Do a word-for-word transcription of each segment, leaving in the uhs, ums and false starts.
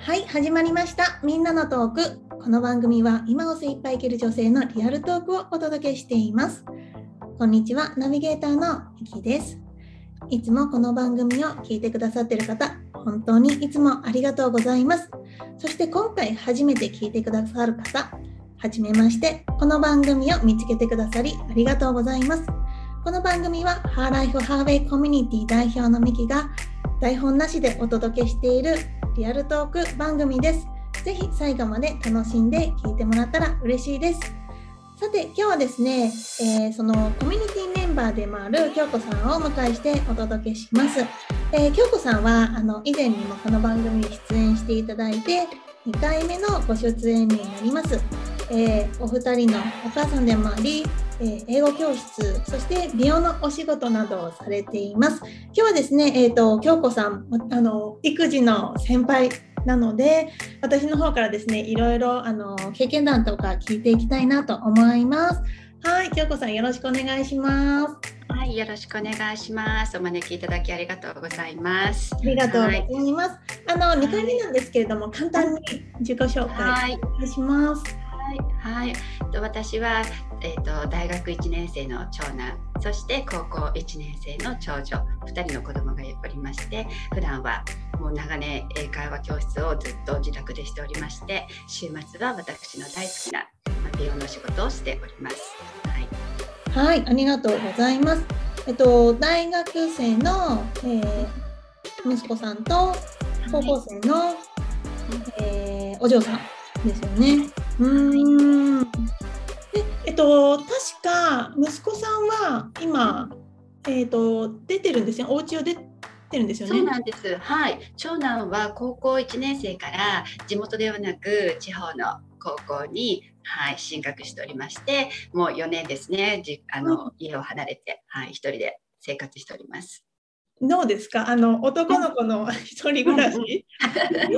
はい、始まりました。みんなのトーク。この番組は今を精一杯生きる女性のリアルトークをお届けしています。こんにちは、ナビゲーターのゆきです。いつもこの番組を聞いてくださっている方、本当にいつもありがとうございます。そして今回初めて聞いてくださる方、はじめまして。この番組を見つけてくださりありがとうございます。この番組はハーライフハーウェイコミュニティ代表のミキが台本なしでお届けしているリアルトーク番組です。ぜひ最後まで楽しんで聞いてもらったら嬉しいです。さて今日はですね、えー、そのコミュニティメンバーでもある京子さんをお迎えしてお届けします。えー、京子さんはあの以前にもこの番組に出演していただいてにかいめのご出演になります。えー、お二人のお母さんでもあり、えー、英語教室、そして美容のお仕事などをされています。今日はですね、えーと、京子さん、あの育児の先輩なので、私の方からですね、いろいろあの経験談とか聞いていきたいなと思います。はい、京子さんよろしくお願いします。 はい、よろしくお願いします。お招きいただきありがとうございます。 ありがとうございます。はい、あのにかいめなんですけれども、簡単に自己紹介お願いします。 はい、はい、私は、えーと、大学いちねん生の長男、そして高校いちねん生の長女、ふたりの子供がおりまして、普段はもう長年英会話教室をずっと自宅でしておりまして、週末は私の大好きな美容の仕事をしております。 はい、はい、ありがとうございます。えっと大学生の、えー、息子さんと高校生の、はい、えー、お嬢さんですよね。うーん。で、えっと、確か息子さんは今、えっと、出てるんですよ。お家を出てるんですよね。 そうなんです。はい。長男は高校いちねん生から地元ではなく地方の高校に、はい、進学しておりまして、もうよねんですね。じあの、うん、家を離れて、はい、一人で生活しております。 どうですか？あの男の子の一人暮らし、うんうん、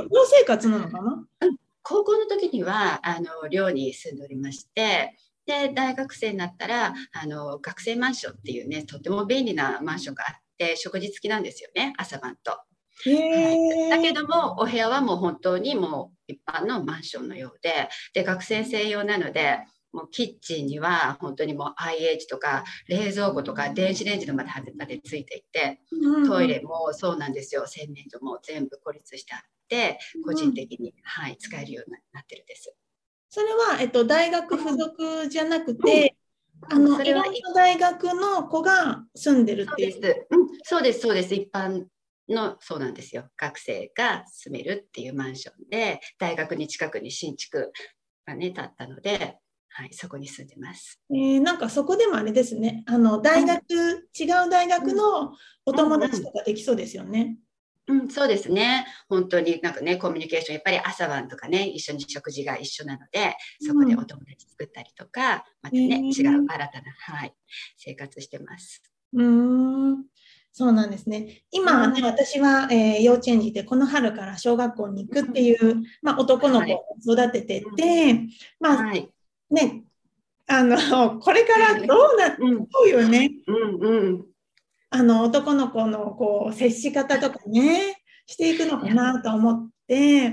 寮生活なのかな？ うん、高校の時にはあの寮に住んでおりまして、で大学生になったらあの学生マンションっていうね、とても便利なマンションがあって食事付きなんですよね、朝晩と。 へはい、だけどもお部屋はもう本当にもう一般のマンションのようで、で学生専用なのでもうキッチンには本当にもう アイエイチ とか冷蔵庫とか電子レンジのまでまでついていて、トイレもそうなんですよ、洗面所も全部孤立してあって個人的に、はい、使えるようになってるんです。 それは、えっと、大学付属じゃなくて、うん、あのそれはいろんな大学の子が住んでるっていう。 そうです、うん、そうですそうです。一般のそうなんですよ、学生が住めるっていうマンションで、大学に近くに新築がね建ったので、はい、そこに住んでます。 えー、なんかそこでもあれですね、あの大学、うん、違う大学のお友達とかできそうですよね。 うんうんうん、そうですね。本当になんかね、コミュニケーションやっぱり朝晩とかね、一緒に食事が一緒なので、そこでお友達作ったりとか、うん、またね、えー、違う新たな、はい、生活してます。 うーん、そうなんですね。今ね、うん、私は、えー、幼稚園児でこの春から小学校に行くっていう、うん、まあ、男の子を育ててて、はい、まあ、はい、ね、あのこれからどうな、うん、どういうね、うんうん、あの男の子のこう接し方とかねしていくのかなと思って、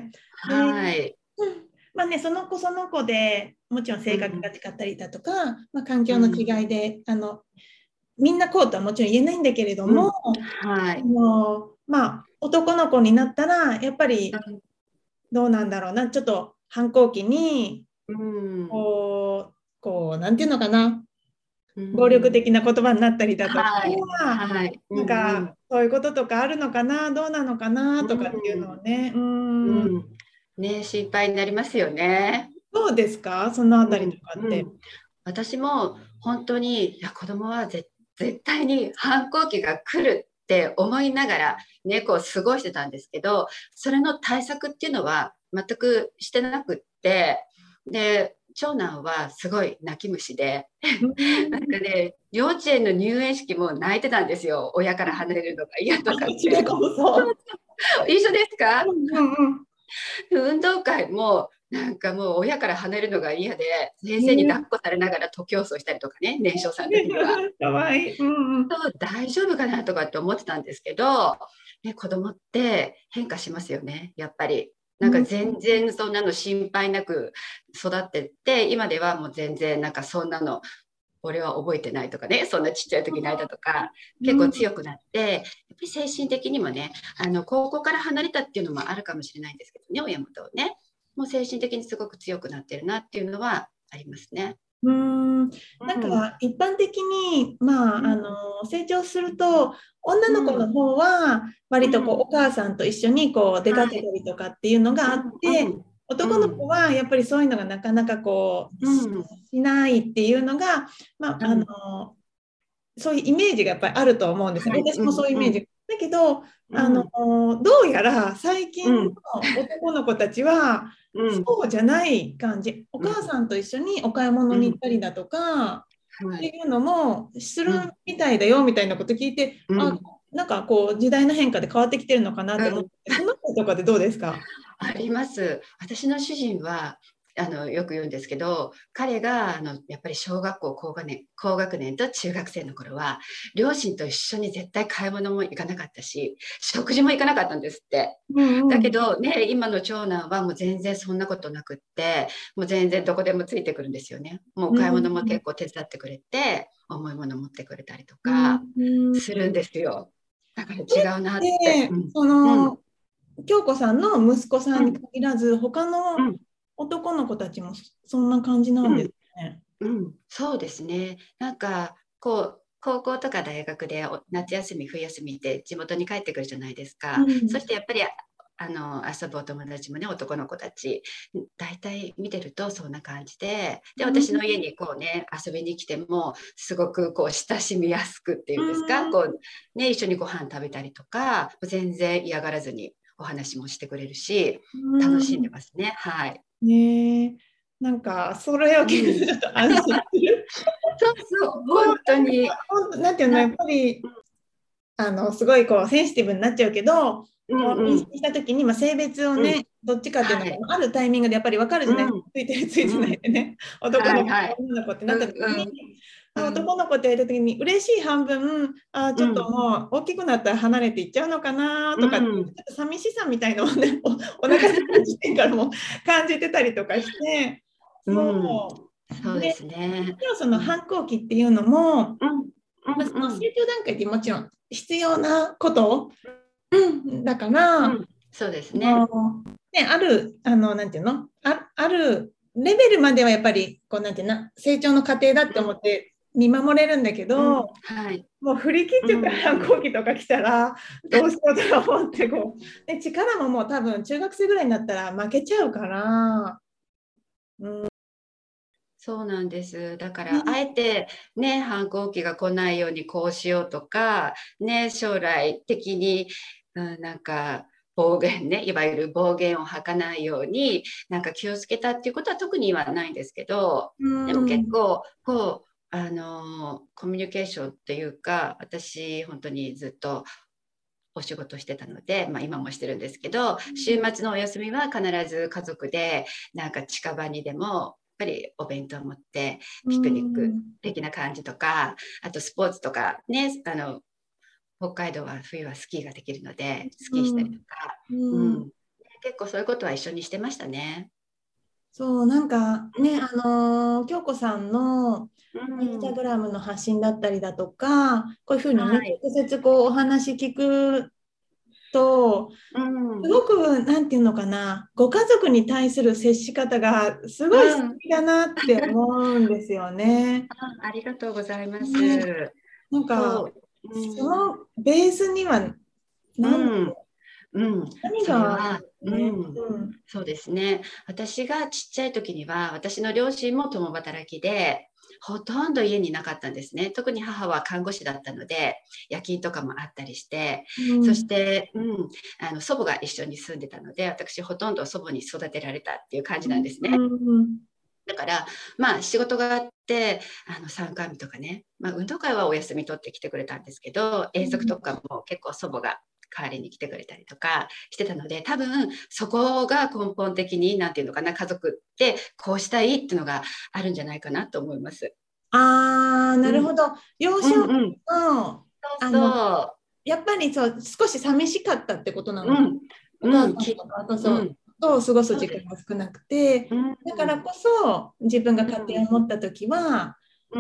はい、うん、まあね、その子その子でもちろん性格が違ったりだとか、うん、まあ、環境の違いで、うん、あのみんなこうとはもちろん言えないんだけれども、うん、はい、あのまあ、男の子になったらやっぱりどうなんだろうな、ちょっと反抗期にこう、こうなんていうのかな、暴力的な言葉になったりだとか、はいはい、なんかそういうこととかあるのかな、どうなのかなとかっていうのをね、うん、うん、 ね、心配になりますよね。 どうですか、そのあたりとかって。うんうん、 私も本当にいや子供は絶対に反抗期が来るって思いながらね、こう過ごしてたんですけど、それの対策っていうのは全くしてなくって、で長男はすごい泣き虫でなんかね、幼稚園の入園式も泣いてたんですよ、親から離れるのが嫌とかって。一緒ですか？うんうん、運動会もなんかもう親から離れるのが嫌で先生に抱っこされながら徒競走したりとかね、年少さんの時にはかわいい、うんうん、 そう大丈夫かなとかって思ってたんですけど、ね、子供って変化しますよね、やっぱり。 なんか全然そんなの心配なく育ってって、今ではもう全然なんかそんなの俺は覚えてないとかね、そんなちっちゃい時泣いたとか、結構強くなって、やっぱり精神的にもね、あの高校から離れたっていうのもあるかもしれないんですけどね、親元をね、もう精神的にすごく強くなってるなっていうのはありますね。 うーん、なんうん、 か一般的に、まあ、あうん、 の成長すると女の子うん、 の方は割とこううん、 お母さんと一緒にこう出かけたはい、 りとかっていうのがあっうん、 て、 うん、 男の子はやっぱりそういうのがなかなかこうし、 うん、 しないっていうのが、まあ、あうん、 のそういうイメージがやっぱりあると思うんですよ。 はい、 私もそううん、うん、 いうイメージ。だけど、あのうん、 どうやら最近のうん、 男の子たちはうん、 そうじゃない感じ。おうん、 母さんと一緒にお買い物うん、 に行ったりだとかっはい、 ていうのもするうん、 みたいだよみたいなこと聞いて、あ、 うん、 なんかこう時代の変化で変わってきてるのかなって思っうん。 て、その子とかでどうですか？ あります。私の主人はあのよく言うんですけど、彼があのやっぱり小学校高学年、高学年と中学生の頃は両親と一緒に絶対買い物も行かなかったし、食事も行かなかったんですって。 うんうん。 だけどね、今の長男はもう全然そんなことなくって、もう全然どこでもついてくるんですよね。もうう買い物もん結構手伝ってくれて、重いもの持ってくれたりとうんかうん。 するんですよ。だから違うなって。 で、 うん。 そうん。 の京子さんの息子さんにうん。 限らず、他のうん。 男の子たちもそんな感じなんですうん。 ね。 うん、そうですね。なんか、こう、高校とか大学でお夏休み、冬休みって地元に帰ってくるじゃないですか。そうん。 してやっぱり、あの、遊ぶお友達もね、男の子たち、大体見てるとそんな感じで、で、 うん。 私の家にこうね、遊びに来ても、すごくこう、親しみやすくっていううんですか、 ん。 こう、ね、一緒にご飯食べたりとか、全然嫌がらずにお話もしてくれるし、楽しんでうん。 ますね。はい。 ねえ。なんか、それを聞くとうん。 ちょっと安心する。 そうそう、 そう、 本当に。 本当、なんていうの、やな、 っぱり、あの、すごいこう、センシティブになっちゃうけど、 うんこう、妊娠うんしたときに、まあ、性別をうん。 ね、どっちかっていうのが、 はい。 あるタイミングでやっぱり分かるじゃないですか。 うんついてる、ついてなうん。 いでね。男の子、 はいはい。 女の子ってなったときに、 うんうんうん男の子って言われたときに、嬉しい半分、あー、ちょっとうんもう大きくなったら離れていっちゃうのかなとかって、ちょうんっと寂しさみたいのをね、お、お腹の時点からも感じてたりとかして、 うん。 そう。で、 そうですね。 もちろんそのうん反抗期っていうのも、 うんうまあ、そのんうん成長段階ってもちろん必要なことだから、あうん。そうですね。 のね、ある、あの、なんていうの、あ、あるレベルまではやっぱり、こう、なんていうの、成長の過程だって思って見守れるんだけど、 うん。はい。 もう振り切っうちゃったんうん。 反抗期とか来たら、どうしようとか思って、こう、で、力ももう多分中学生ぐらいになったら負けちゃうから、うん、 そうなんです。だから、あね、 えてね、反抗期が来ないようにこうしようとか、ね、将来的に、うん、なんか暴言ね、いわゆる暴言を吐かないように、なんか気をつけたっていうことは特にはないんですけど、 うでも結ん、 構、こう、あの、コミュニケーションっていうか、私、本当にずっとお仕事してたので、まあ、今もしてるんですけど、週末のお休みは必ず家族でなんか近場にでもやっぱりお弁当を持ってうピクニックん、 的な感じとか、あとスポーツとかね、あの北海道は冬はスキーができるのでスキーしたりとうん、 か、ううん。 ん、結構そういうことは一緒にしてましたね。 そう、なんかね、あのー京子さんのうインスタん、 グラムの発信だったりだとか、こういうふうにね、 はい、 直接こうお話聞くと、 うん、うすごく、なんていうのかな、ご家族に対する接し方がすごい素ん、 敵だなって思うんですよね。 あ、ありがとうございまね、 す。 なんか、 そう、うそん、 のベースには、なんだうん。 ろうん、 う、何それがあるんでは、 すね。 うん、 うん。 そうですね。私がちっちゃい時には、私の両親も共働きで、ほとんど家にいなかったんですね。特に母は看護師だったので、夜勤とかもあったりして、そしうん。 て、うん、あの祖母が一緒に住んでたので、私ほとんど祖母に育てられたっていう感じなんですね。 うん。 だから、まあ、仕事があって、あの参観日とかね、まあ、運動会はお休み取ってきてくれたんですけど、遠足とかも結構祖母が代わりに来てくれたりとかしてたので、多分そこが根本的に、なんていうのかな、家族ってこうしたいっていうのがあるんじゃないかなと思います。 ああ、なうん、 るほど。幼う少期ん、うん。 の、あその、 うやっぱりそう、少し寂しかったってことなそう。 のか。 うん、 お母うん、き、 さんとか、あとうそう、 ん。 と過ごす時間が少なくて、 うん、 だからこそ自分が家庭を持った時は、 うん、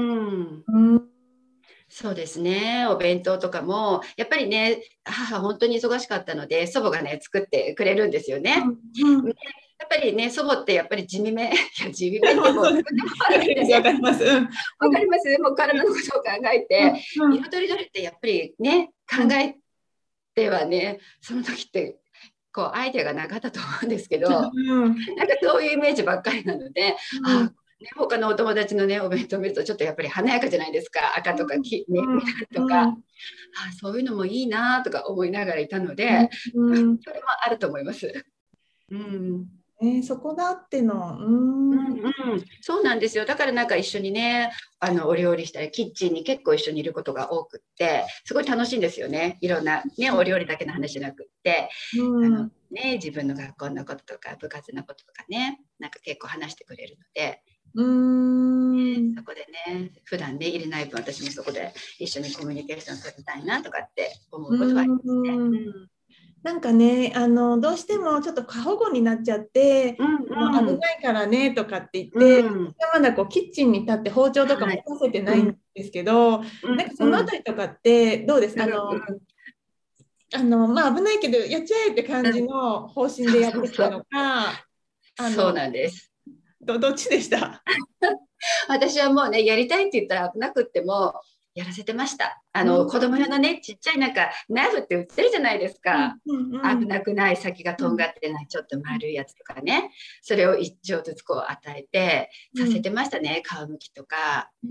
うん、 そうですね。お弁当とかも、やっぱりね、母本当に忙しかったので、祖母がね、作ってくれるんですよね。 うんうん、 ね、やっぱりね、祖母ってやっぱり地味め、いや、地味めってもう自分でもわかります、わ分かってね、 かります。うん、 わかります。もう体のことを考えて、 うん、 色とりどりってやっぱりね、 うん、 考えてはね、その時って、こう、アイデアがなかったと思うんですけど、なんかうん、 そういうイメージばっかりなので、 うん、 あ、ね、他のお友達のね、お弁当を見るとちょっとやっぱり華やかじゃないですか。赤とか黄、ね、 うん、 緑とか。 うん、 あ、そういうのもいいなとか思いながらいたので、 うん、 それもあると思います。うん。 えー、そこがあっての、ううんん、 うん、そうなんですよ。だからなんか一緒にね、あのお料理したり、キッチンに結構一緒にいることが多くって、すごい楽しいんですよね。いろんなね、お料理だけの話じゃなくって、あのうん、 ね、自分の学校のこととか部活のこととかね、なんか結構話してくれるので、 うん、 そこでね、普段ね、入れない分、私もそこで一緒にコミュニケーション取りたいなとかって思うことはありますね。 うん。なんかね、あの、どうしてもちょっと過保護になっちゃって、 うんあの危うんないからねとかって言っうて、 ん、 まだこうキッチンに立って包丁とかはい、 持たせてないんうんですけど、 うんなんかそのあうんたりとかってどうですうんあの、 うん、 あの、まあ危ないけどやっちゃえって感じの方針でそうやっそうそう、 てきたのか、あそうの、 なんです。 ど、どっちでした？ 私はもうね、やりたいって言ったら危なくっても、やらせてました。あの、 うん、 子供用のね、ちっちゃいなんか、ナイフって売ってるじゃないですうん、 か。 うん、うん、 危なくない、先がとんがってない、ちょっと丸いやつとかね。それを一丁ずつこう与えて、させうん、 てましたね、皮むきとか。 うん、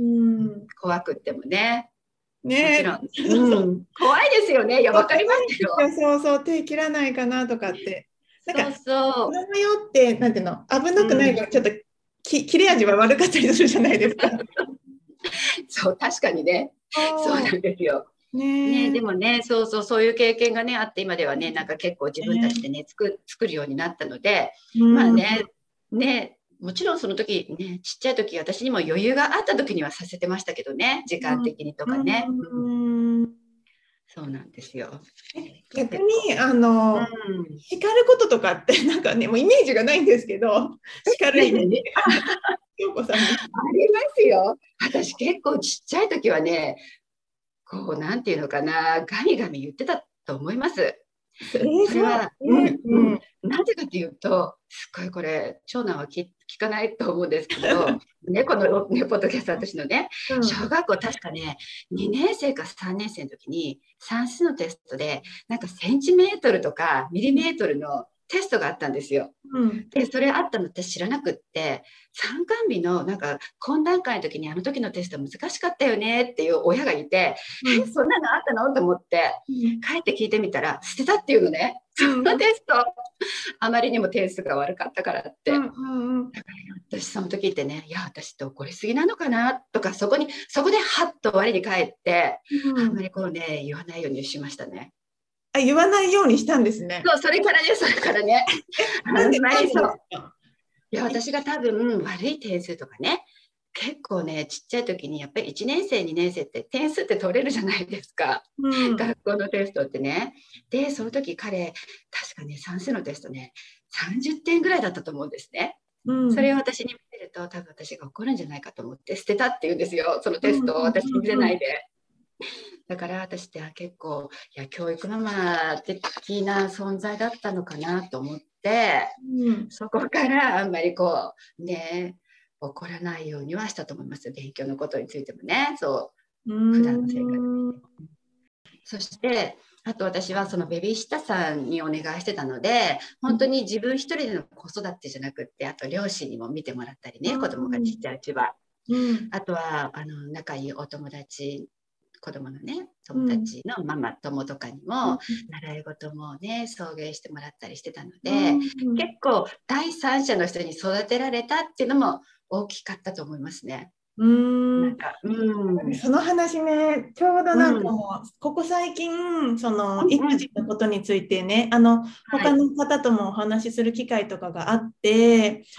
怖くってもね。もちろね、 ん。 そうそう、 うん。怖いですよね。いや、わかりま怖いんすよ。 ですよ、そうそう、手切らないかなとかって。なんか、 そうそ子供用って、なんていうの、危う。 なくないうん。 からちょっとき切れ味は悪かったりするじゃないですか。 そう、確かにね。そうなそんですよ。 う。 ね、 ねでもね、そうそう、そういう経験がね、あって今ではね、なんか結構自え。 分たちね、 でね、作作るようになったので、 うん。 まあね、ね、もちろんその時ね、ちっちゃい時、私にも余裕があった時にはさせてましたけどね、時間的にとうかね。うん、 ん。うん。 そうなんですよ。 逆結構。 に、あうの、 ん。 叱ることとかって、なんかね、もうイメージがないんですけど、叱るイメージ何々 が、京子さんに。 ありますよ。私結構ちっちゃい時はね、こう、なんていうのかな、ガミガミ言ってたと思います。 えー、そう、 それは、うね、 ん、うん。 うん。 なぜかというと、すっごいこれ、長男は聞聞かないと思うんですけど、ね、このね、ポッドキャスト、私のね、 うん。 小学校確かね、にねん生かさんねん生の時に、算数のテストで、なんかセンチメートルとかミリメートルのテストがあったんですよ。 うん。 で、それあったのって知らなくって、参観日のなんか懇談会の時にあの時のテスト難しかったよねっていう親がいて、え、 うん。 そんなのあったのと思って、 うん。 帰って聞いてみたら、捨てたっていうのね。そうん。 のテスト、あまりにも点数が悪かったからっうん。 て。 うん。 だから私その時ってね、いや、私って怒りすぎなのかなとか、そこに、そこでハッと我に返って、 うん。 あんまりこうね、言わないようにしましたね。 あ、言わないようにしたんですね。 そう、それからね、それからね、 え、 あなんで、 んまなんでりそう、 ですか？ いや、私が多分悪い点数とかね、結構ね、ちっちゃい時にやっぱりいちねん生、にねん生って点数って取れるじゃないですか。 うん。 学校のテストってね。で、その時彼、確かね、算数のテストね、さんじゅってんぐらいだったと思うんですね。 うそれをん。 私に見せると、多分私が怒るんじゃないかと思って捨てたって言うんですよ。そのうん。 テストを私に見せうん。 ないで。だから私って結構、いや、教育ママ的な存在だったのかなと思って、 うん。 そこからあんまりこう、ね、怒らないようにはしたと思います。勉強のことについてもね、そう、 う普段の生活。 ん。 そして、あと私はそのベビーシッターさんにお願いしてたので、本当に自分一人での子育てじゃなくって、あと両親にも見てもらったりね、子供がちっちゃいうちは。 うん。 あとは、あの、仲いいお友達、子供のね、友うん。 達のママ友とかにうも、 ん。 習い事もね、送迎してもらったりしてたのうで、結ん。 構第三者の人に育てられたっていうのも大きかったと思いますね。 うん。 なんか、うん、うん、 その話ね、ちょうどうなんかん、 もう、ここ最近、その育うん、 児のことについてね、あの、 はい、 他の方ともお話しする機会とかがあって、 うん、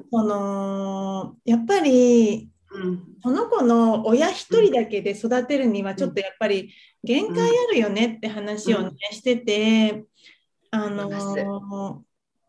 その、やっぱり、 うん、 その子の親一うん、 人だけで育てるには、ちょっとうん、 やっぱり限界うん、 あるよねって話をね、 うん、 してて、ああります。 の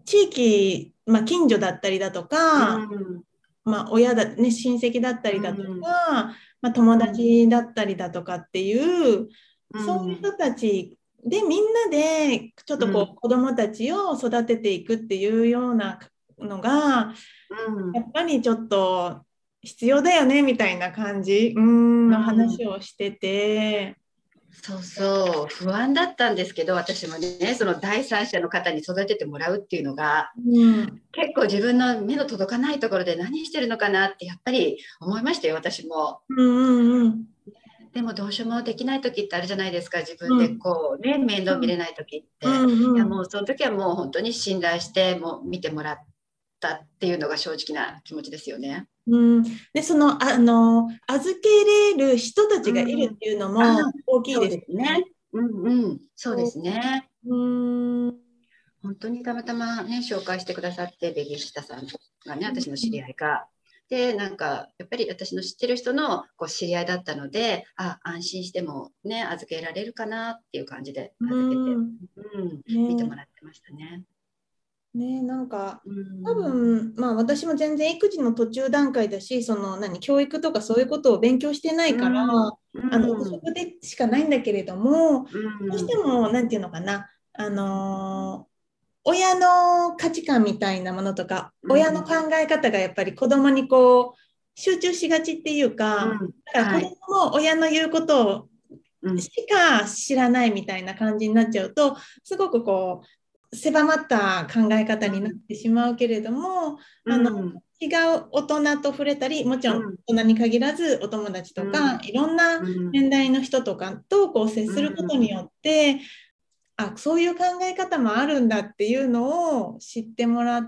地域、まあ、近所だったりだとか、うん、まあ、親だ、ね、親戚だったりだとか、うん、まあ、友達だったりだとかっていう、うん、そういう人たちでみんなでちょっとこう、うん、子どもたちを育てていくっていうようなのが、うん、やっぱりちょっと必要だよねみたいな感じ、うん、の話をしてて。 そうそう不安だったんですけど、私もねその第三者の方に育ててもらうっていうのが、うん、結構自分の目の届かないところで何してるのかなってやっぱり思いましたよ、私も。うんうんうん、でもどうしようもできない時ってあるじゃないですか、自分でこうね、うん、面倒見れない時って、うんうん、いやもうその時はもう本当に信頼してもう見てもらったっていうのが正直な気持ちですよね。 うん、でそのあの預けれる人たちがいるっていうのも大きいですね。 うんうん、そうですね。うん、本当にたまたまね紹介してくださって、ベビーシッターさんがね、私の知り合いが。でなんかやっぱり私の知ってる人のこう知り合いだったので、あ安心してもね預けられるかなっていう感じで預けて、うん、ね、見てもらってましたね。 ね、なんか多分、まあ、私も全然育児の途中段階だし、その何教育とかそういうことを勉強してないから、うん、あの憶測でしかないんだけれども、うん、どうしても何て言うのかな、あの親の価値観みたいなものとか、うん、親の考え方がやっぱり子供にこう集中しがちっていうか、うん、だから子供も親の言うことをしか知らないみたいな感じになっちゃうと、すごくこう狭まった考え方になってしまうけれども、うん、あの違う大人と触れたり、もちろん大人に限らずお友達とか、うん、いろんな年代の人とかとこう接することによって、うん、あそういう考え方もあるんだっていうのを知ってもらって、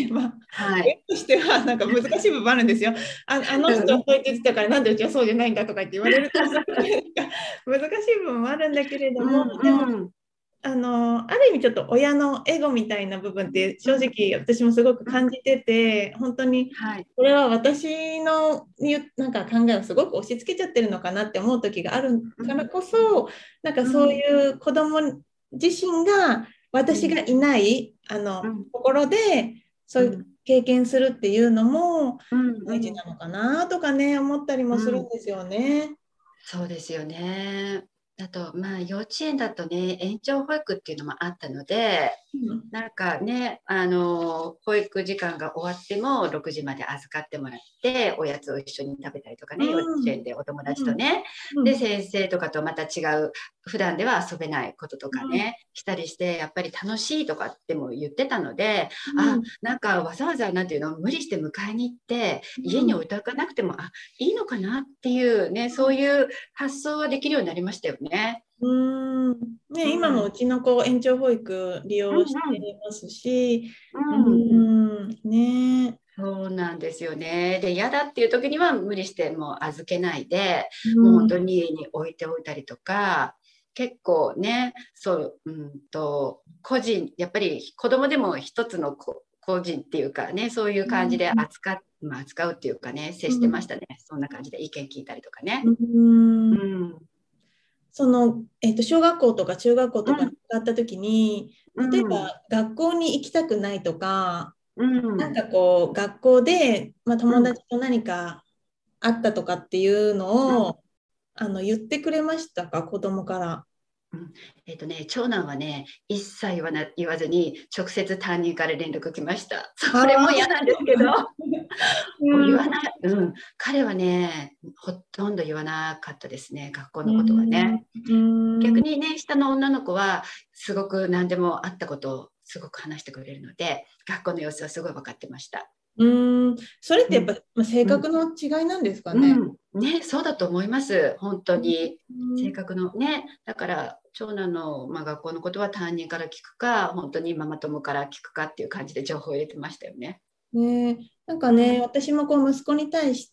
うん、まあ、はい、親としてはなんか難しい部分あるんですよ。あ, あの人はそう言ってたからなんでうちはそうじゃないんだとかって言われると難しい部分もあるんだけれども、うん、でもあのある意味ちょっと親のエゴみたいな部分って正直私もすごく感じてて、本当にこれは私のなんか考えをすごく押し付けちゃってるのかなって思う時があるからこそ、なんかそういう子供自身が私がいないあのところでそういう経験するっていうのも大事なのかなとかね思ったりもするんですよね。 そうですよね。あとまあ幼稚園だとね延長保育っていうのもあったので、うん、なんかねあの保育時間が終わってもろくじまで預かってもらっておやつを一緒に食べたりとかね、うん、幼稚園でお友達とね、うん、で先生とかとまた違う普段では遊べないこととかね、うん、したりしてやっぱり楽しいとかっても言ってたので、うん、あなんかわざわざなんていうの無理して迎えに行って家に置いておかなくても、あいいのかなっていうねそういう発想はできるようになりましたよね。 うんね、うん、今もうちの子延長保育利用していますし、うんうん、ね、 そうなんですよね。で嫌だっていう時には無理してもう預けないで、うん、もう本当に家に置いておいたりとか、結構ねそう、うんと個人やっぱり子供でも一つの個人っていうかねそういう感じで扱,、うんまあ、扱うっていうかね接してましたね、うん、そんな感じで意見聞いたりとかね。うんうんそのえー、と小学校とか中学校とかに上がった時に、うん、例えば学校に行きたくないとか、うん、なんかこう学校で、まあ、友達と何かあったとかっていうのを、うん、あの言ってくれましたか、子供から。 うんえーとね、長男はね一切言わな言わずに直接担任から連絡来ました。それも嫌なんですけどうん、言わない、うん、彼はねほとんど言わなかったですね、学校のことはね。うん逆にね下の女の子はすごく何でもあったことをすごく話してくれるので学校の様子はすごい分かってました。 うんそれってやっぱ、うん、性格の違いなんですかね。 うんうん、ねそうだと思います本当に、うん、性格のねだから長男の、まあ、学校のことは担任から聞くか本当にママ友から聞くかっていう感じで情報を入れてましたよね。 ね、なんかね、うん、私もこう息子に対して、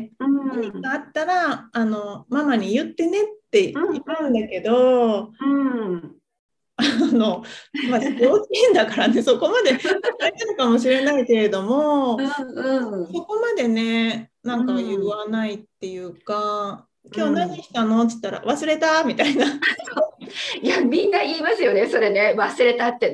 うん、何かあったらあのママに言ってねって言うんだけど、うんうん、あのまあ、幼稚園だからねそこまで大丈夫かもしれないけれども、うんうん、そこまでねなんか言わないっていうか、うん、今日何したのって言ったら忘れたみたいな。 いやみんな言いますよねそれね、忘れたってね。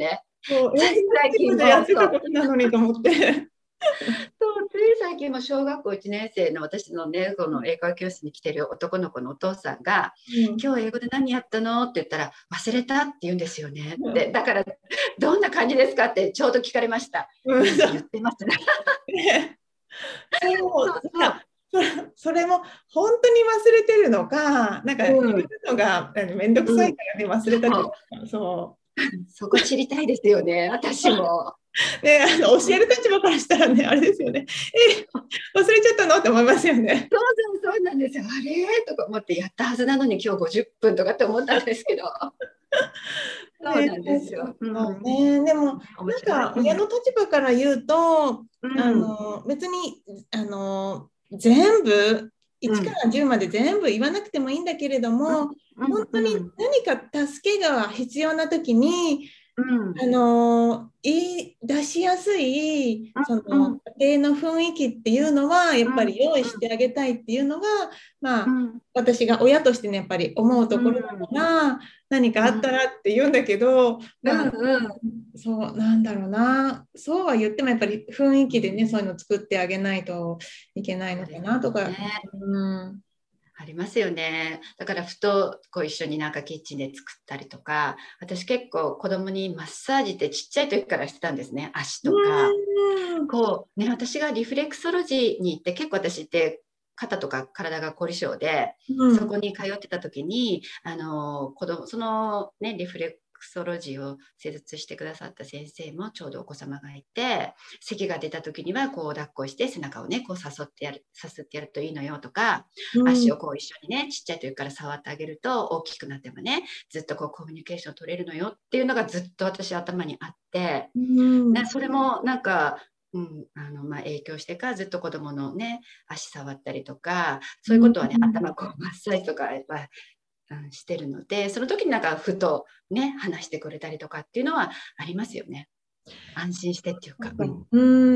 そう、 ついえ、 最近もでやってそうたことなのにと思って。 そうつい最近も小学校いちねん生の私のね、この英会話教室に来てる男の子のお父さんが、 うん。 今日英語で何やったのって言ったら、忘れたって言うんですよねって。だから、どんな感じですかってちょうど聞かれました。 うん、 うん、 そう。 言ってますね。 ね、そう、 そうそう。 なんか、それ、それも本当に忘れてるのか、なんか言うん、 うのがあのめんどくさうん。 いからね、忘れたりとそう。 か、そそこ知りたいですよね、私も。 う。ね、あの教える立場からしたらね、あれですよね。え、忘れちゃったのって思いますよね。 そうそうそうなんですよ。あれとか思ってやったはずなのに今日ごじゅっぷんとかって思ったんですけど。そうね、 なんですよ。うそうん。 ね、でも、なん面白い。 か親うん。 の立場から言うと、 うあん。 の別にあの全部、いちかうん。 らじゅうまで全部言わなくてもいいんだけれども、 うん。 本当にうん。 何か助けが必要な時に、 うん。 あの言い出しやすいそのうん。 家庭の雰囲気っていうのはやっぱうん。 り用意してあげたいっていうのが、まあ、 うん。 私が親としてねやっぱり思うとうころだかん。 ら、何かあうん。 ったらって言うんだけど、まあ、 うん。 そうなんだろうな、そうは言ってもやっぱり雰囲気でねそういうの作ってあげないといけないのかそうですなとか。 ね。 うん。 ありますよね。だからふとこう一緒になんかキッチンで作ったりとか、私結構子供にマッサージってちっちゃい時からしてたんですね。足とか。 うんこうね、私がリフレクソロジーに行って、結構私って肩とか体が凝り性で、そうんこに通ってた時に、あの子供そのねリフレクソロジーを施術してくださった先生もちょうどお子様がいて、咳が出た時にはこう抱っこして背中をねこう誘ってやるさすってやるといいのよとか、 うん足をこう一緒にねちっちゃい時から触ってあげると大きくなってもねずっとこうコミュニケーション取れるのよっていうのがずっと私頭にあって、 うんね、それもなんか、うん、あのまあ、影響してからずっと子供のね足触ったりとかそういうことはね頭こうマッサージとかやっぱ、うん、してるので、その時になんかふとね話してくれたりとかっていうのはありますよね。安心してっていうか、うん、 うん、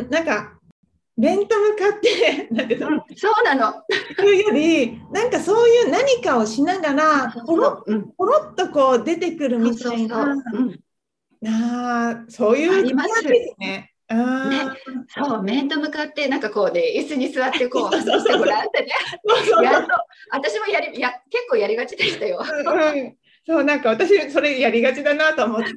なんか面と向かってなんていうの、 うん、そうなの。 いうより、なんかそういう何かをしながら、 そうポロそう、うん、 ッ、ポロッとこう出てくるそうみたいな、 そうそう、うん、 あー、そういうあ会話ります。 ですね。あね、そう、面と向かって、なんかこうね、椅子に座ってこうー、そう話してそうそう。 ごらんってね、 そうそうそう。 やっと、私もやり、や、結構やりがちでしたよ。 うんうん。そう、なんか私、それやりがちだなと思って、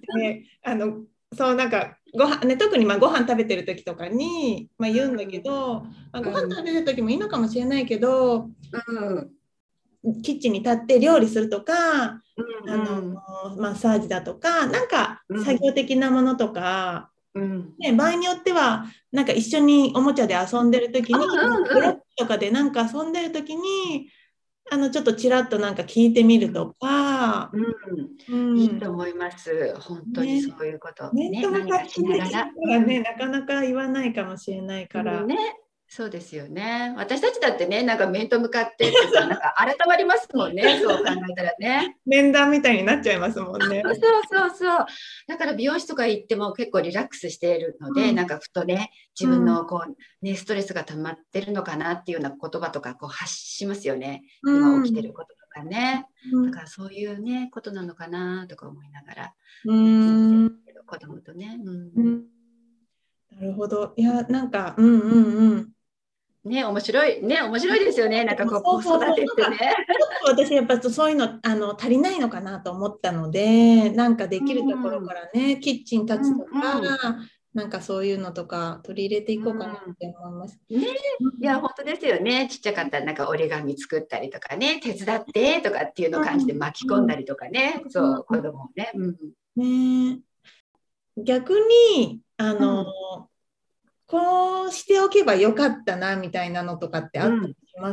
あの、そう、なんか、ご飯ね、特にまあご飯食べてる時とかに、まあ、言うんだけど、まあ、ご飯うん、 食べてる時もいいのかもしれないけど、 うん、うん、 キッチンに立って料理するとか、あうのん、 マッサージだとか、なんかうん、 作業的なものとか、 うん、 ね、場合によっては、なんか一緒におもちゃで遊んでる時に、ブロックとかでなんか遊んでる時に、あのちょっとちらっとなんか聞いてみるとか、 うん、 ういいん、 と思います。本当にね、 そういうこと。ね、 面と向何かかってね、 しながら。 聞くのはね、 うん、 なかなか言わないかもしれないから。 うんね、そうですよね。私たちだってね、なんか面と向かってって言ったら、なんか改まりますもんね。そう考えたらね。 面談みたいになっちゃいますもんね。 そうそうそうそう。だから美容師とか行っても結構リラックスしているので、 うん、 なんかふとね、自分うん、 のこう、ね、ストレスが溜まってるのかなっていうような言葉とかこう発しますよね。 う今起きてん、 ることとかね。 うん、 だからそういうね、ことなのかなとか思いながら、 うね、聞いてるん、 けど、子供とね。うん、 うん、なるほど。いや、なんか、うんうんうん。 ね、面白い。ね、面白いですよね。なんかこう、子そうそうそう。 育てってなんか、 ね。 ちょっと私、やっぱそういうのあの足りないのかなと思ったので、なんかでうきるところん、うん、 からね、キッチン立つとか、 うん、 なんかそういうのとか取り入れていこうかなっうん。 て思います。 ね、いや、 うん本当ですよね。ちっちゃかったらなんか折り紙作ったりとかね、手伝ってとかっていうのを感じて巻き込んだりとかね、そう、子供をね。うん。 ね、逆に、あの、 うん。 こうしておけばよかったなみたいなのとかってあったりうん。 します？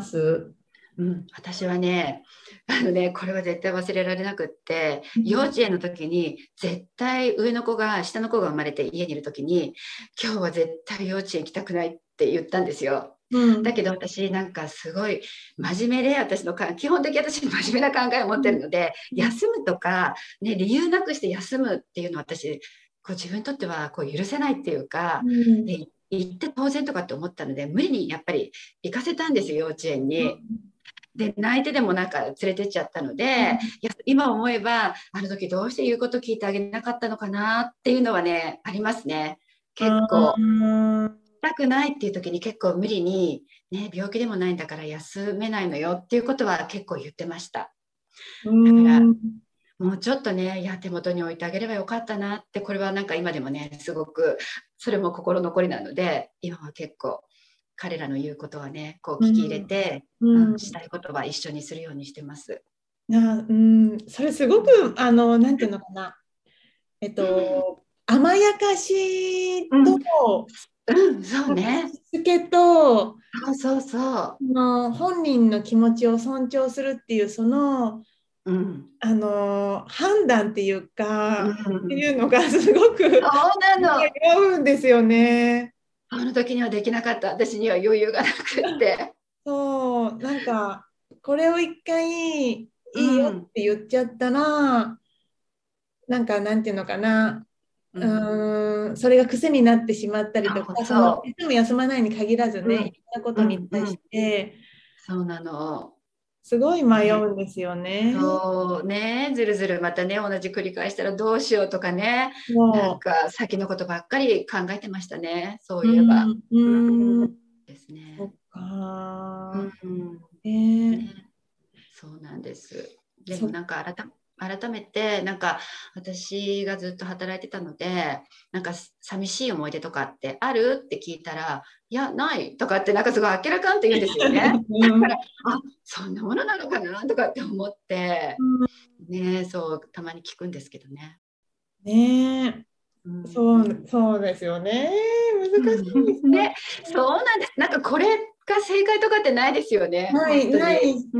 うん、私はね、あのね、これは絶対忘れられなくって、幼うん稚園の時に、絶対上の子が、下の子が生まれて家にいる時に、今日は絶対幼稚園行きたくないって言ったんですよ。だうんけど私なんかすごい真面目で、私のか基本的に私真面目な考えを持ってるので、休むとか、ね、理由なくして休むっていうのは私こう自分にとってはこう許せないっていうか、 うんで行って当然とかって思ったので無理にやっぱり行かせたんですよ、幼稚園に。 で泣いてでもなんか連れてっちゃったので、うん、いや今思えばあの時どうして言うこと聞いてあげなかったのかなっていうのはねありますね。結構痛くないっていう時に結構無理に、ね、病気でもないんだから休めないのよっていうことは結構言ってました。だからもうちょっとね、いや手元に置いてあげればよかったなって、これはなんか今でもねすごくそれも心残りなので、今は結構彼らの言うことはねこう聞き入れて、うんうん、したいことは一緒にするようにしてます。 あ、うん、それすごくあのなんていうのかな、えっと、うん、甘やかしと、 うんうん、そうね。 しつけと、 そうそうそう。 の本人の気持ちを尊重するっていうその、うん、あの判断っていうか、うん、っていうのがすごくそうなの。 合うんですよね。 あの時にはできなかった。私には余裕がなくって。 そうなんかこれを一回いいよって言っちゃったら、うん、なんかなんていうのかな。うん、それが癖になってしまったりとか、そのいつも休まないに限らずね、いろ、うん、んなことに対して、 うんうん、そうなの。 すごい迷うんですよね。 そうね、ずるずるまたね、同じ繰り返したらどうしようとかね、なんか先のことばっかり考えてましたね、そういえば。 うん、うん、 ですね。 そっか、 うん、 えーね、そうなんです。でもなんか改め改めてなんか私がずっと働いてたので、なんか寂しい思い出とかってあるって聞いたら、いやないとかってなんかすごい明らかんって言うんですよね。だからあそんなものなのかなとかって思って、うん、ね、そうたまに聞くんですけどね。 ね、うん、そうそうですよね。難しいですね。ね、そうなんです。なんかこれが正解とかってないですよね。 ないないし、うん、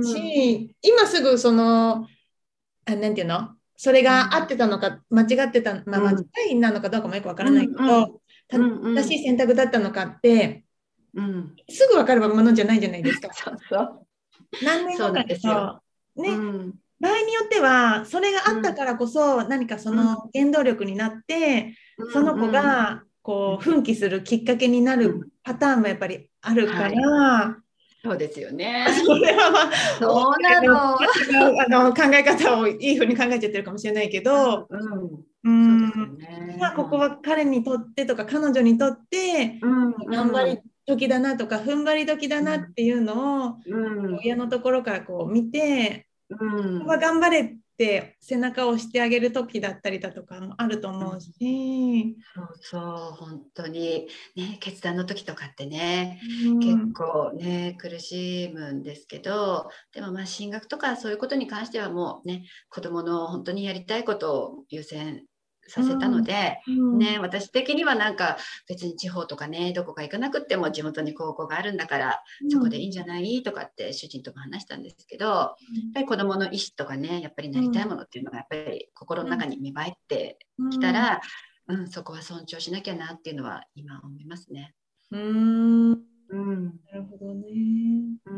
今すぐそのあなんていうのそれが合ってたのか間違ってた、まあ、間違いなのかどうかもよくわからないけど、正しい選択だったのかって、うん、すぐ分かるものじゃないじゃないですか。 そうそう何年後かとね、うん、場合によってはそれがあったからこそ、うん、何かその原動力になって、うん、その子がこう奮起するきっかけになるパターンもやっぱりあるから、 はい、そうですよね。 それはまあ、 そうなの。 あの考え方をいいふうに考えちゃってるかもしれないけど、うん、今ここは彼にとってとか彼女にとって頑張り時だなとか踏ん張り時だなっていうのを、うん、親のところからこう見て、うん、ここは頑張れって背中を押してあげる時だったりだとかもあると思うし、うん、 そうそう本当にね、決断の時とかってね、うん、結構ね苦しむんですけど、でもまあ進学とかそういうことに関してはもうね子どもの本当にやりたいことを優先させたので、うん、ね、私的にはなんか別に地方とかねどこか行かなくっても地元に高校があるんだから、うん、そこでいいんじゃないとかって主人とも話したんですけど、やっぱり子どもの意思とかねやっぱりなりたいものっていうのがやっぱり心の中に芽生えてきたら、うんうん、そこは尊重しなきゃなっていうのは今思いますね。 うーん、うん、なるほどね。 うん、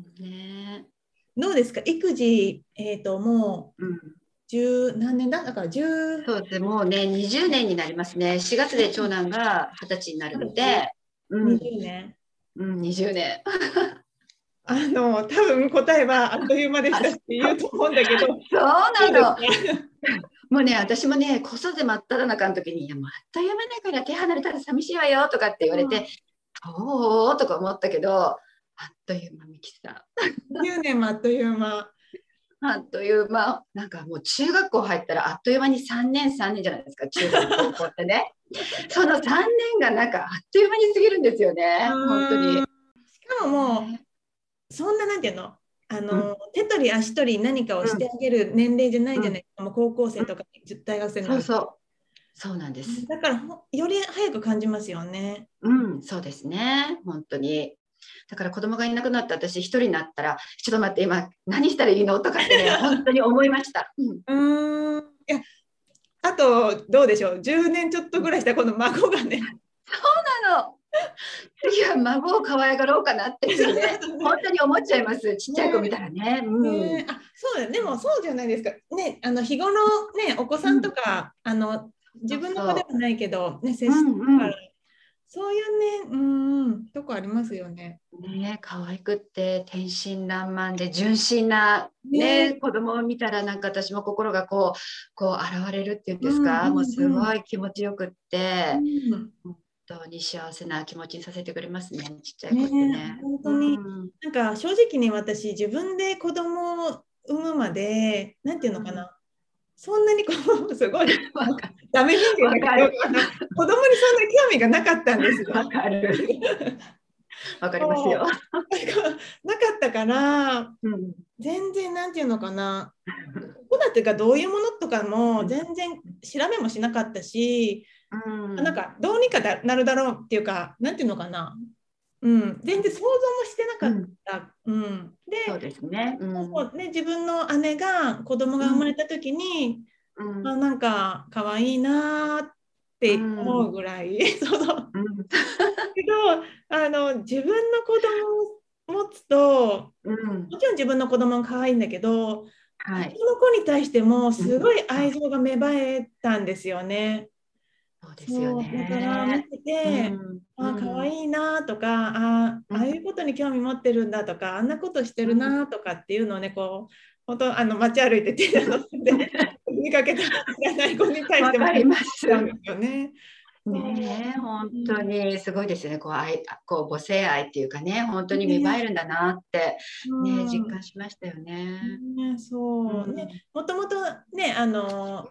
ね。 どうですか育児、えーともう、うん十何年だだから十そうですもうねにじゅうねんになりますね。しがつで長男がはたちになるので、 うん、にじゅうねん、 うん、にじゅうねんあの多分答えはあっという間でしたって言うと思うんだけどそうなのもうね私もね子育て真っ只中の時に「いやもうあっという間だから手離れたら寂しいわよ」とかって言われて「おお」とか思ったけどあっという間ミキさんじゅうねんもあっという間あっという間、なんかもう中学校入ったらあっという間にさんねんさんねんじゃないですか、中学高校ってね。そのさんねんがなんかあっという間に過ぎるんですよね、本当に。しかももう、そんななんていうの、あの、うん、手取り足取り何かをしてあげる年齢じゃないじゃないですか、うん、もう高校生とか大学生になる。 そうそう。そうなんです。 だからより早く感じますよね。 うん、そうですね、本当に。だから子供がいなくなって私一人になったらちょっと待って今何したらいいのとかってね本当に思いました。 うん、うんいやあとどうでしょうじゅうねんちょっとぐらいしたこの孫がね。 そうなの。次は孫を可愛がろうかなって次ね本当に思っちゃいますちっちゃい子見たらね。うんねあそうだでもそうじゃないですかねあの日頃ねお子さんとか、うん、あの自分の子ではないけどね接してから、うんうんそういうね、うん、とこありますよね。 ね、可愛くって天真爛漫で純真な、ね、 ね、 子供を見たらなんか私も心がこう、こう現れるっていうんですか、 うんうもうすんうん。 ごい気持ちよくって、 うん、 本当に幸せな気持ちにさせてくれますね、ちっちゃい子ってね、 ね。う本当に、 ん、 なんか正直に私、自分で子供を産むまで、なんていうのかうん、 な、そんなにこう、すごい、 わかる、 ダメ人間だけど、 わかる、 あの子供にそんな興味がなかったんですわよ。 かる、わかりますよ。 そうなかったから、 うん、 全然なんていうのかな、子育てがどういうものとかも全然調べもしなかったし、 うん、 なんかどうにかなるだろうっていうか、なんていうのかな、うん、全然想像もしてなかっうん、 た。うん、で、 そうですね。うん、 そうそうね、自分の姉が子供が生まうん、 れた時に、 うん、 あ、なんか可愛いなっうて思うん、 ぐらい、そうそう。 うん、 けど、あの自分の子供を持つと、 うん、 もちろん自分の子供も可愛いんだけど、 はい。 他の子に対してもうん、 すごいそう、 愛情が芽生えたんですよね。 そうですよそう、だから見ね。 てうて、 ん、うあ、可愛ん、 いなとか、あ、 うん、 ああいうことに興味持ってるんだとか、あんなことしてるうん。 なとかっていうのをね、こう、本当、あの街歩いてて、あので見かけた知らない子に対しても思っわかりまちゃうんです。 すよね。そねえ、本う。う当ん、 にすごいですよね。こう愛、こう母性愛っていうかね、本当に芽生えね、 るんだなって、 うね、実ん、 感しましたよね。 ね、 うそうね、 ん、 もともとね、あのうん、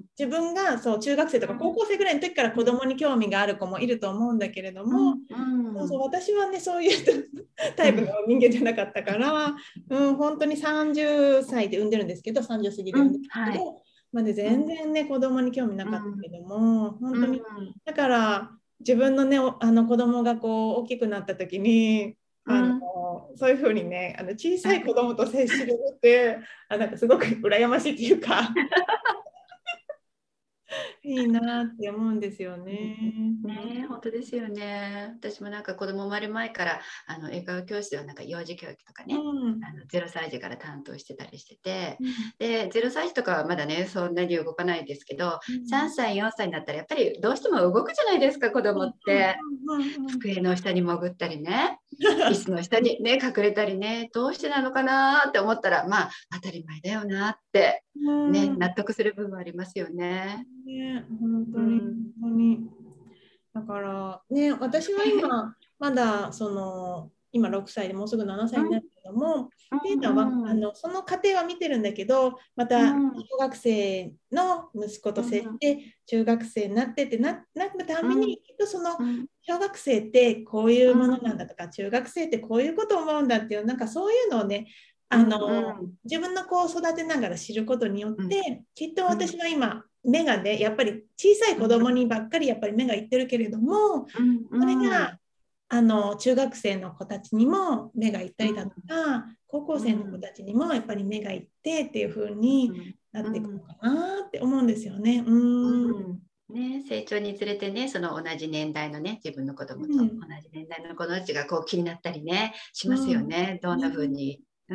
自分がそう中学生とか高校生ぐらいの時から子うん、 供に興味がある子もいると思うんだけれども、 うん、うん、 そうそう、私はね、そういうタイプのうん、 人間じゃなかったから、うん、本当にさんじゅっさいで産んでるんですけど、さんじゅう過ぎで産んでるんうん、はい。 ですけど、まあね、 うん、 全然ね、子供に興味なかったうん、 けども、本う当に、 ん、 だから自分のね、あの子供がこう大きくなった時に、あのうん。 そういうふうにね、あの小さい子供と接しれるって、あ、なんかすごく羨ましいっていうか、いいなって思うんですよね。 ねえ、本当ですよね。私もなんか子供生まれる前からあの英会話教室ではなんか幼児教育とかうね、 ん。 あのゼロさい児から担当してたりしてて、 うん。 でゼロさい児とかはまだねそんなに動かないですけど、 うん。 さんさいよんさいになったらやっぱりどうしても動くじゃないですか、子供っうん。 て。 うん。 机の下に潜ったりね、椅子の下にね隠れたりね、どうしてなのかなって思ったら、まあ当たり前だよなってね、 うん。 納得する部分ありますよね。 ね、本当に、 うん。 本当に。だからね、私は今、まだその、今ろくさいでもうすぐななさいになるけども、っていうのは、 うんうんあのその過程は見てるんだけど、またうん小学生の息子と接しうんて、中学生になってってななったためうんに、きっとそのうん小学生ってこういうものなんうんだとか、中学生ってこういうことを思うんだっていう、なんかそういうのをね、あのうんうん自分の子を育てながら知ることによっうんて、きっとうん私は今、目がね、やっぱり小さい子うん供にばっかりやっぱり目がいってるけれども、 うんそれうんがあの中学生の子たちにも目がいったりだとか、高校生の子うんたちにもやっぱり目がいってっていう風になっていくのうんかなって思うんですよね。うん。 うんね、成長につれてね、その同じ年代のね、自分の子供とうん。 同じ年代の子たちがこう気になったりね、しますうん。 よね。どんな風ね。 に、うん、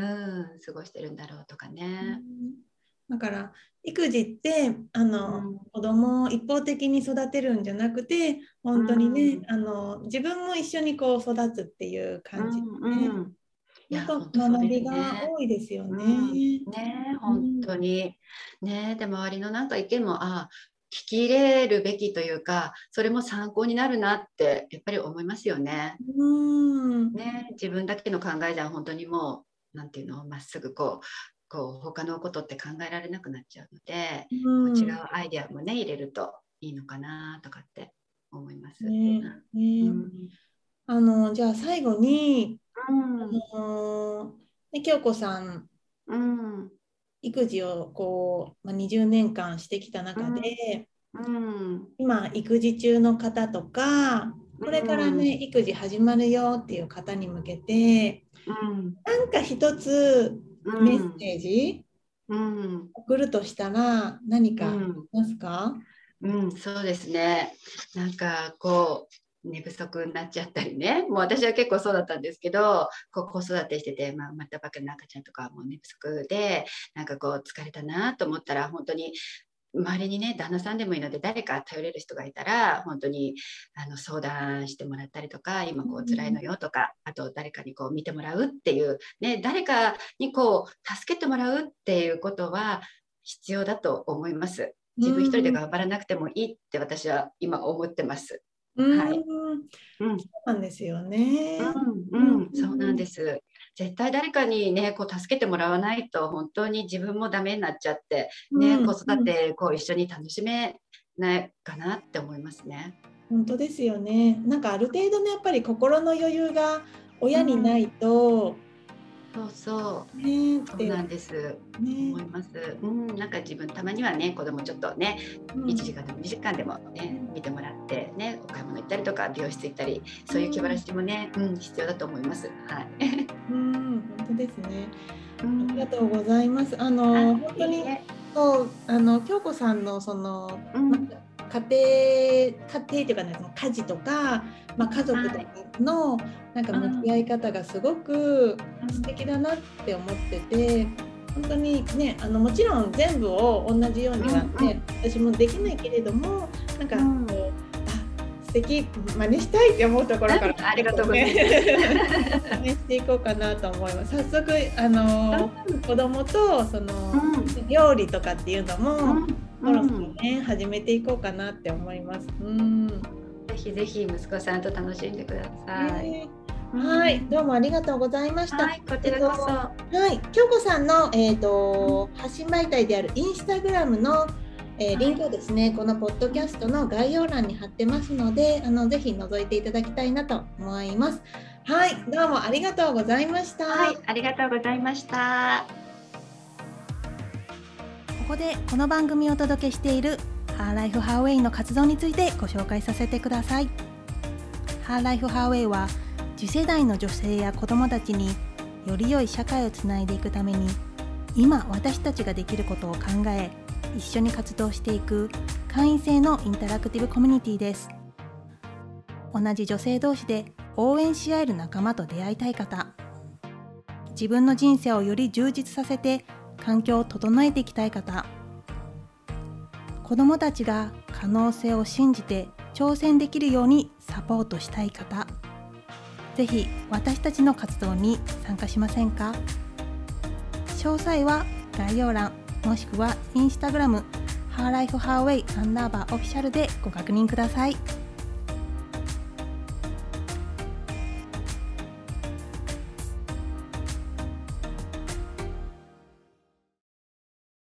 過ごしてるんだろうとかね。 うん、だから育児ってあのうん子供を一方的に育てるんじゃなくて、 う本当にね、 んあの自分も一緒にこう育つっていうう感じでね、 んうん。いや、 本当本当そうです学びがね。 多いですようん、 ね。 ね、本うん。 当に。ね、で、周りのなんか意見も、あ、聞き入れるべきというか、それも参考になるなってやっぱり思いますよね。 うん。 ね、自分だけの考えじゃ本当にもう、なんていうの、まっすぐこう、こう他のことって考えられなくなっちゃうので、 うこう違ん。 うアイデアもね、入れるといいのかなとかって思います。 ね。ね。 うん、 あの、じゃあ最後に、 うん、 あのね、京子さん、 うん、 育児をこう、まあ、にじゅうねんかんしてきた中うん、 で、 うん、 今、育児中の方とか、これからね、 うん、 育児始まるよっていう方に向けて、 うん、 なんか一つうメッん、 セージうん、 送るとしたら何かありうん、 ますか？ うん、そうですね。なんかこう寝不足になっちゃったりね。もう私は結構そうだったんですけど、こう子育てしてて、まあ、生まれたばっかりの赤ちゃんとかもう寝不足で、なんかこう疲れたなと思ったら本当に周りにね、旦那さんでもいいので誰か頼れる人がいたら本当にあの相談してもらったりとか、今こう辛いのよとか、あと誰かにこう見てもらうっていう、ね、誰かにこう助けてもらうっていうことは必要だと思います。自分一人で頑張らなくてもいいって私は今思ってます。 うん、 はい。 うん、そうなんですよね。 うん、うん、そうなんです。絶対誰かにね、こう助けてもらわないと本当に自分もダメになっちゃって、ね、 うん、 子育てこう一緒に楽しめないかなって思いますね。 本当ですよね。なんかある程度ね、やっぱり心の余裕が親にないと、 そうそう、 ね、 そうなんです、 ね、 思います。うん、なんか自分たまにはね、子供ちょっとね、 うん、 いちじかんでもにじかんでもね、見てもらってね、お買い物行ったりとか美容室行ったり、そういう気晴らしもね、うん、必要だと思います。はい。 うん、本当ですね。 うありがん、 とうございます。あの本当にいいね。 そうあの京子さんのその、ま、 うん、 家庭家庭というかね、その家事とか、まあ、家族とかはい、 のなんか向き合い方がすごく素敵だなって思ってて、本当にね、あのもちろん全部を同じようにはね、私もできないけれども、なんかうんうん、 こう、あ、素敵、真似したいって思うところから、 ありがとうございます。 真似していこうかなと思います。早速あの子供とその、 うん、 料理とかっていうのも、 うん、 そろそろうん、 ね、始めていこうかなって思います。うん。 ぜひぜひ息子さんと楽しんでください。 ね、 うん、 はい、どうもありがとうございました。 はい、こちらこそ。 はい、京子さんの、えーと、発信媒体であるインスタグラムの、えー、リンクをですね、このポッドキャストの概要欄に貼ってますので、あのぜひ覗いていただきたいなと思います。はい、どうもありがとうございました。 はい、ありがとうございました。 ここでこの番組をお届けしているハーライフハーウェイの活動についてご紹介させてください。ハーライフハーウェイは次世代の女性や子どもたちにより良い社会をつないでいくために、今私たちができることを考え一緒に活動していく会員制のインタラクティブコミュニティです。同じ女性同士で応援し合える仲間と出会いたい方、自分の人生をより充実させて環境を整えていきたい方、子どもたちが可能性を信じて挑戦できるようにサポートしたい方、ぜひ私たちの活動に参加しませんか？詳細は概要欄もしくはインスタグラムハーライフハーウェイアンダーバーオフィシャルでご確認ください。